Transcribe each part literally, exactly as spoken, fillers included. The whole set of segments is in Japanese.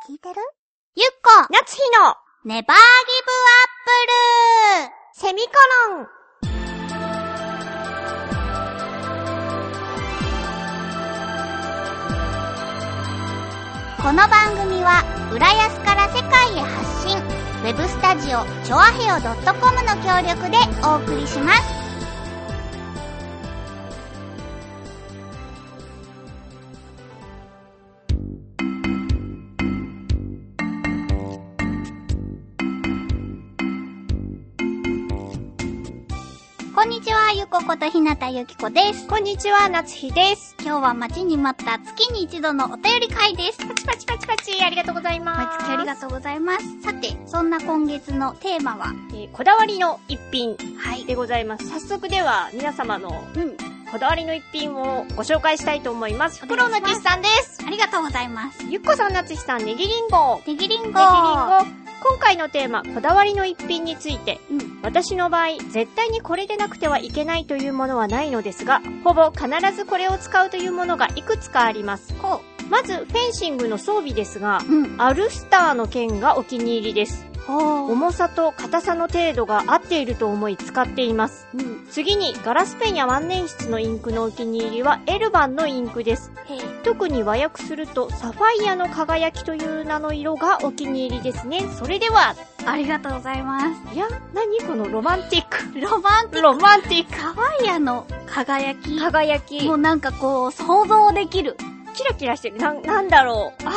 聞いてる？ゆっこ夏日のネバーギブアップルセミコロン。 この番組は浦安から世界へ発信、ウェブスタジオチョアヘオ .com の協力でお送りします。こんにちは、ゆこことひなたゆきこです。 こんにちは、夏日です。 今日は待ちに待った月に一度のお便り会です。 パチパチパチパチ、ありがとうございます。 毎月ありがとうございます。さて、そんな今月のテーマは、 えー、こだわりの一品はいでございます。早速では皆様のうんこだわりの一品をご紹介したいと思います。フクロウのキスさんです。 ありがとうございます。 ゆっこさん、夏日さん、ネギリンゴ。 ネギリンゴ。 ネギリンゴ。今回のテーマ、こだわりの一品について、うん、私の場合、絶対にこれでなくてはいけないというものはないのですが、ほぼ必ずこれを使うというものがいくつかあります。 ほう。 まず、フェンシングの装備ですが、 うん、 アルスターの剣がお気に入りです。重さと硬さの程度が合っていると思い使っています、うん、次にガラスペンや万年筆のインクのお気に入りはエルバンのインクです。特に和訳するとサファイアの輝きという名の色がお気に入りですね。それでは。 ありがとうございます。 いや、何このロマンティックロマンティックロマンティックサファイアの輝き輝きもうなんかこう想像できる。 キラキラしてる。な、なんだろう。あー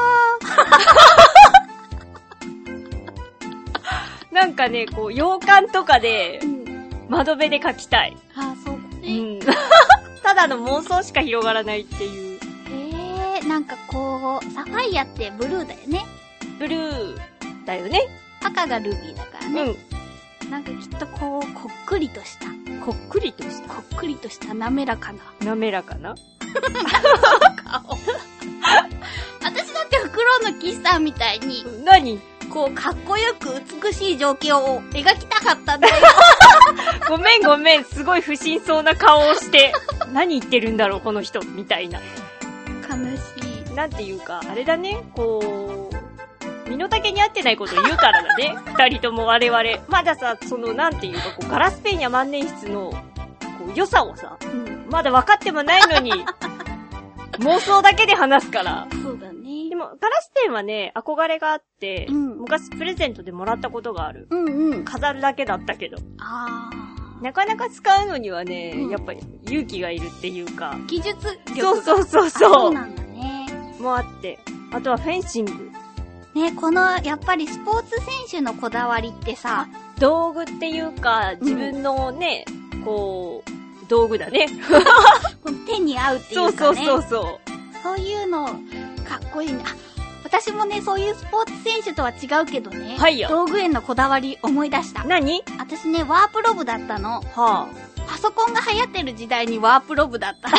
なんかね、こう、洋館とかで、窓辺で描きたい。 ああ、そうだね。うん。 ただの妄想しか広がらないっていう。 へえ、なんかこう、サファイアってブルーだよね。 ブルーだよね。 赤がルビーだからね。うん。なんかきっとこう、こっくりとした。 こっくりとしたこっくりとした滑らかな。 滑らかな顔。私だってフクロウのキスさんみたいに。 何こう、かっこよく美しい状況を描きたかったんだよ。 ごめんごめん、すごい不審そうな顔をして、何言ってるんだろう、この人、みたいな。 悲しい。 なんていうか、あれだね、こう、身の丈に合ってないことを言うからだね。二人とも我々。まださ、その、なんていうか、こう、ガラスペンや万年筆の、こう、良さをさ、うん、まだ分かってもないのに、妄想だけで話すから。 そうだね。 でも、ガラスペンはね、憧れがあって、 うん、 昔プレゼントでもらったことがある。 うんうん。 飾るだけだったけど。 あー。なかなか使うのにはね、うん、やっぱり勇気がいるっていうか。 技術力。 そうそうそうそう。 そうなんだね。 もあって。あとはフェンシング。 ね、この、やっぱりスポーツ選手のこだわりってさ、 道具っていうか、自分のね、うん、こう、道具だね。 手に合うっていうかね。 そうそうそうそう。 そういうの、かっこいいね。あ、私もね、そういうスポーツ選手とは違うけどね。 はいよ。 道具へのこだわり思い出した。 何？ 私ね、ワープロ部だったの。 はあ。 パソコンが流行ってる時代にワープロ部だったの。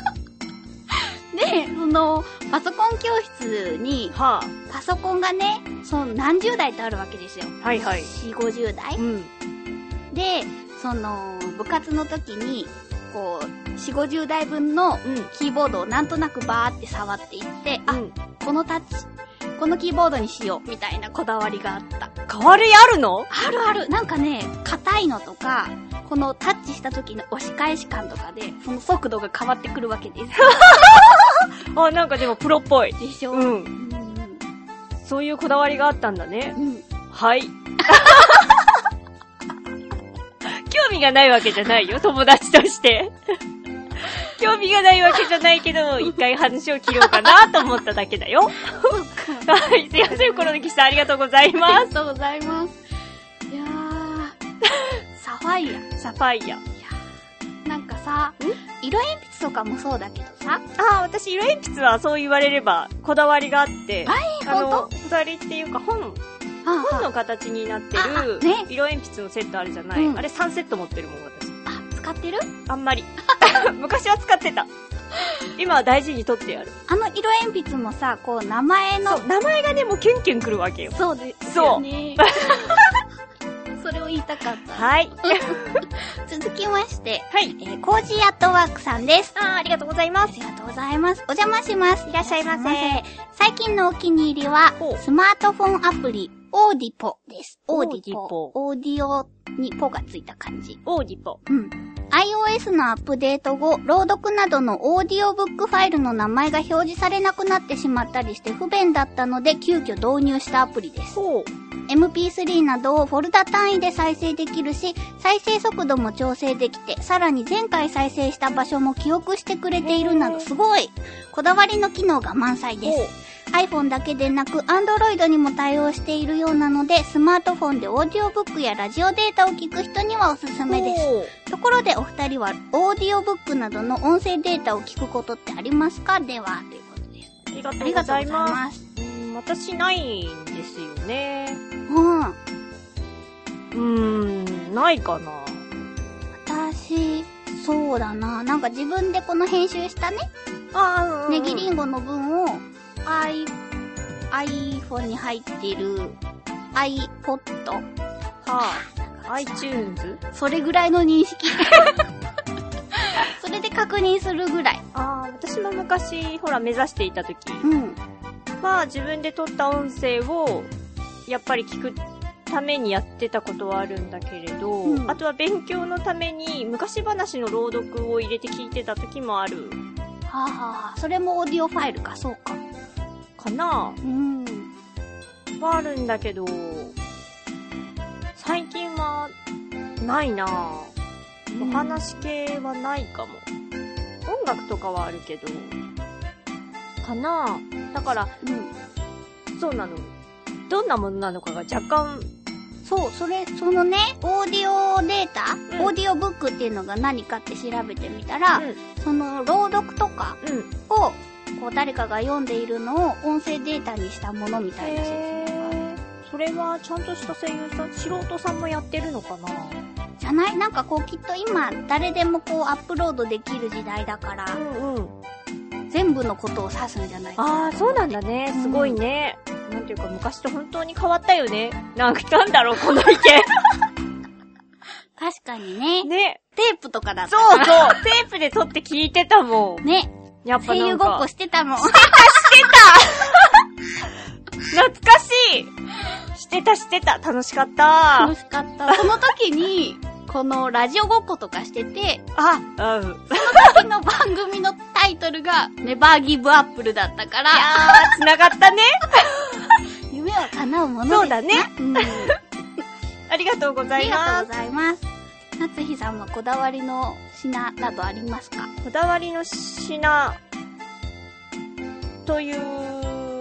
で、その、パソコン教室に、 はあ、 パソコンがね、その何十台とあるわけですよ。 はいはい。 よん、ごじゅうだい、うん、で、その、部活の時に、こう、よん、ごじゅうだいぶんのキーボードをなんとなくバーって触っていって、うん、あ、このタッチ、このキーボードにしよう、みたいなこだわりがあった。 変わりあるの？ あるある。なんかね、硬いのとか、このタッチした時の押し返し感とかで、その速度が変わってくるわけです。 あ、なんかでもプロっぽい。 でしょ？ うん。うん、そういうこだわりがあったんだね。 うん。 はい。興味がないわけじゃないよ、友達として。興味がないわけじゃないけど、一回話を切ろうかなと思っただけだよ。 そうか。 はい、すいません、このキスさんありがとうございます。 ありがとうございます。いやー、サファイア。 サファイア。いやー、なんかさ、色鉛筆とかもそうだけどさ。 ああ、私色鉛筆はそう言われればこだわりがあって。 はい、 あの、 ほんと？ こだわりっていうか本。本の形になってる色鉛筆のセットあるじゃない、うん、あれさんセット持ってるもん私。 あ、使ってる？ あんまり昔は使ってた。今は大事に取ってある。 あの色鉛筆もさ、こう名前のそう名前がねもうキュンキュンくるわけよ。 そうですよね。それを言いたかった。 はい。 続きまして、 はい。 えー、コージーアットワークさんです。 あー、ありがとうございます。 ありがとうございます。お邪魔します。 いらっしゃいませ。 最近のお気に入りは、スマートフォンアプリ、オーディポです。オーディポ。オーディオにポがついた感じ。 オーディポ。 うん。iOS のアップデート後、朗読などのオーディオブックファイルの名前が表示されなくなってしまったりして不便だったので、急遽導入したアプリです。エムピースリー などをフォルダ単位で再生できるし、再生速度も調整できて、さらに前回再生した場所も記憶してくれているなどすごいこだわりの機能が満載です。iPhone だけでなく Android にも対応しているようなので、スマートフォンでオーディオブックやラジオデータを聞く人にはおすすめです。ところでお二人はオーディオブックなどの音声データを聞くことってありますか？では、ということです。 ありがとうございます。うん、私ないんですよね。 うん。 うーん、ないかな。 私、そうだな。なんか自分でこの編集したね、 あー、 ネギリンゴの分を、I、iPhone に入っている iPod、 はあ、iTunes？ それぐらいの認識。それで確認するぐらい。 ああ、私も昔、ほら、目指していた時。 うん。 まあ、自分で撮った音声を、やっぱり聞くためにやってたことはあるんだけれど、うん、あとは勉強のために、昔話の朗読を入れて聞いてた時もある。 はあ、はあ、それもオーディオファイルか、そうか。 かなぁ。うん。はあるんだけど、最近は、ないなぁ。お話系はないかも。音楽とかはあるけど、かなぁ。だから、うん。そうなの。どんなものなのかが若干、 そう、それ、そのね、オーディオデータ、うん、オーディオブックっていうのが何かって調べてみたら、うん、その朗読とかを、こう誰かが読んでいるのを音声データにしたものみたいな説明がある。 それはちゃんとした声優さん、素人さんもやってるのかな？ じゃない？なんかこうきっと今誰でもこうアップロードできる時代だから、うんうん、全部のことを指すんじゃないかな。 ああ、そうなんだね。すごいね。うん、なんていうか昔と本当に変わったよね。なんかなんだろうこの意見。 確かにね。 ね。 テープとかだったそうそう。テープで撮って聞いてたもん。 ね。 やっぱなんか声優ごっこしてたもん。 してたしてた懐かしいしてたしてた楽しかった楽しかったその時に、このラジオごっことかしてて、 あ、うん。その時の番組のタイトルが、ネバーギブアップルだったから。いやー、繋がったね。 夢は叶うものですな。 そうだね。うん、ありがとうございます。 ありがとうございます。夏日さんはこだわりの品などありますか？ こだわりの品という、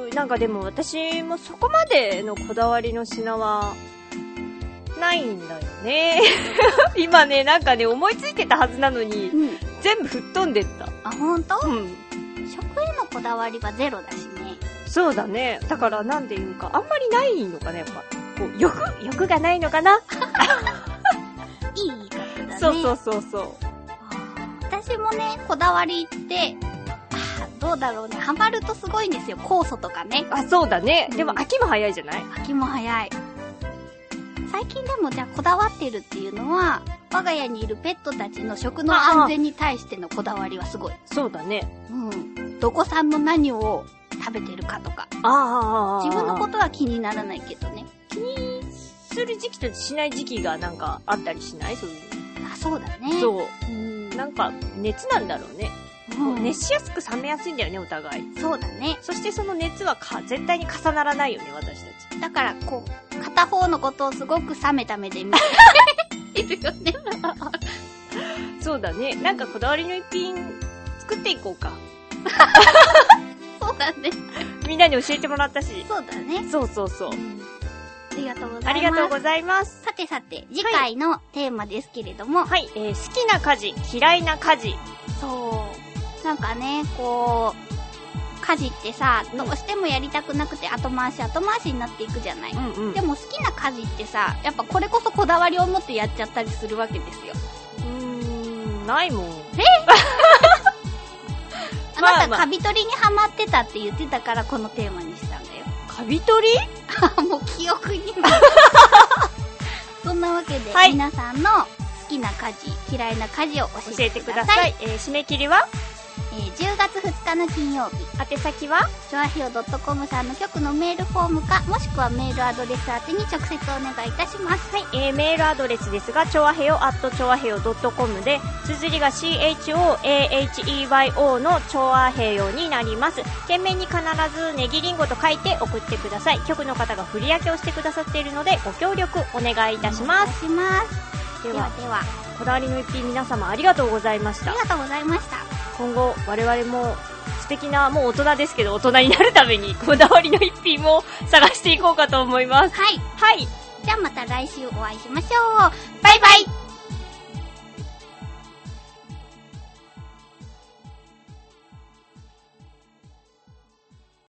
なんかでも私もそこまでのこだわりの品はないんだよね。今ね、なんかね、思いついてたはずなのに、うん、全部吹っ飛んでった。 あ、ほんと？ うん。 食へのこだわりはゼロだしね。 そうだね。だからなんていうか、あんまりないのかな、やっぱ。こう、欲欲がないのかな。 いい言い方だね。 そうそうそうそう。 私もね、こだわりって、あ、どうだろうね。ハマるとすごいんですよ。酵素とかね。 あ、そうだね。うん、でも秋も早いじゃない？ 秋も早い。最近でもじゃあこだわってるっていうのは、我が家にいるペットたちの食の安全に対してのこだわりはすごい。 そうだね。 うん。どこさんの何を食べてるかとか。 ああ。 自分のことは気にならないけどね。 気にする時期としない時期がなんかあったりしない？そういうの。あ、そうだね。 そう。うん。なんか熱なんだろうね。うん、熱しやすく冷めやすいんだよね、お互い。 そうだね。 そしてその熱はか絶対に重ならないよね、私たち。 だからこう片方のことをすごく冷めた目で見ているよね。 そうだね。なんかこだわりの一品作っていこうか。 そうだね。 みんなに教えてもらったし。 そうだね。 そうそうそう。うん、 ありがとうございます。 ありがとうございます。 さてさて、次回のテーマですけれども。 はい、えー、好きな家事、嫌いな家事。 そう。なんかね、こう、家事ってさ、どうしてもやりたくなくて後回し後回しになっていくじゃない、うんうん、でも好きな家事ってさ、やっぱこれこそこだわりを持ってやっちゃったりするわけですよ。 うーん、ないもん。えあなた、まあまあ、カビ取りにハマってたって言ってたからこのテーマにしたんだよ。 カビ取り？ もう記憶にも。そんなわけで、 はい、 皆さんの好きな家事、嫌いな家事を教えてください。 教えてください。えー、締め切りはえー、じゅうがつふつかの金曜日。 宛先はチョアヘオ .com さんの局のメールフォームか、もしくはメールアドレス宛てに直接お願いいたします。 はい、えー、メールアドレスですが、チョアヘオ アットチョアヘオ .com で、綴りが シーエイチオーエーエイチイーワイオー のチョアヘオになります。件名に必ずネギリンゴと書いて送ってください。局の方が振り分けをしてくださっているので、ご協力お願いいたします。 お願いします。 では、 では、 こだわりの一品皆様ありがとうございました。 ありがとうございました。 今後我々も素敵な、もう大人ですけど大人になるためにこだわりの一品も探していこうかと思います。 はい。 はい。 じゃあまた来週お会いしましょう。バイバイ。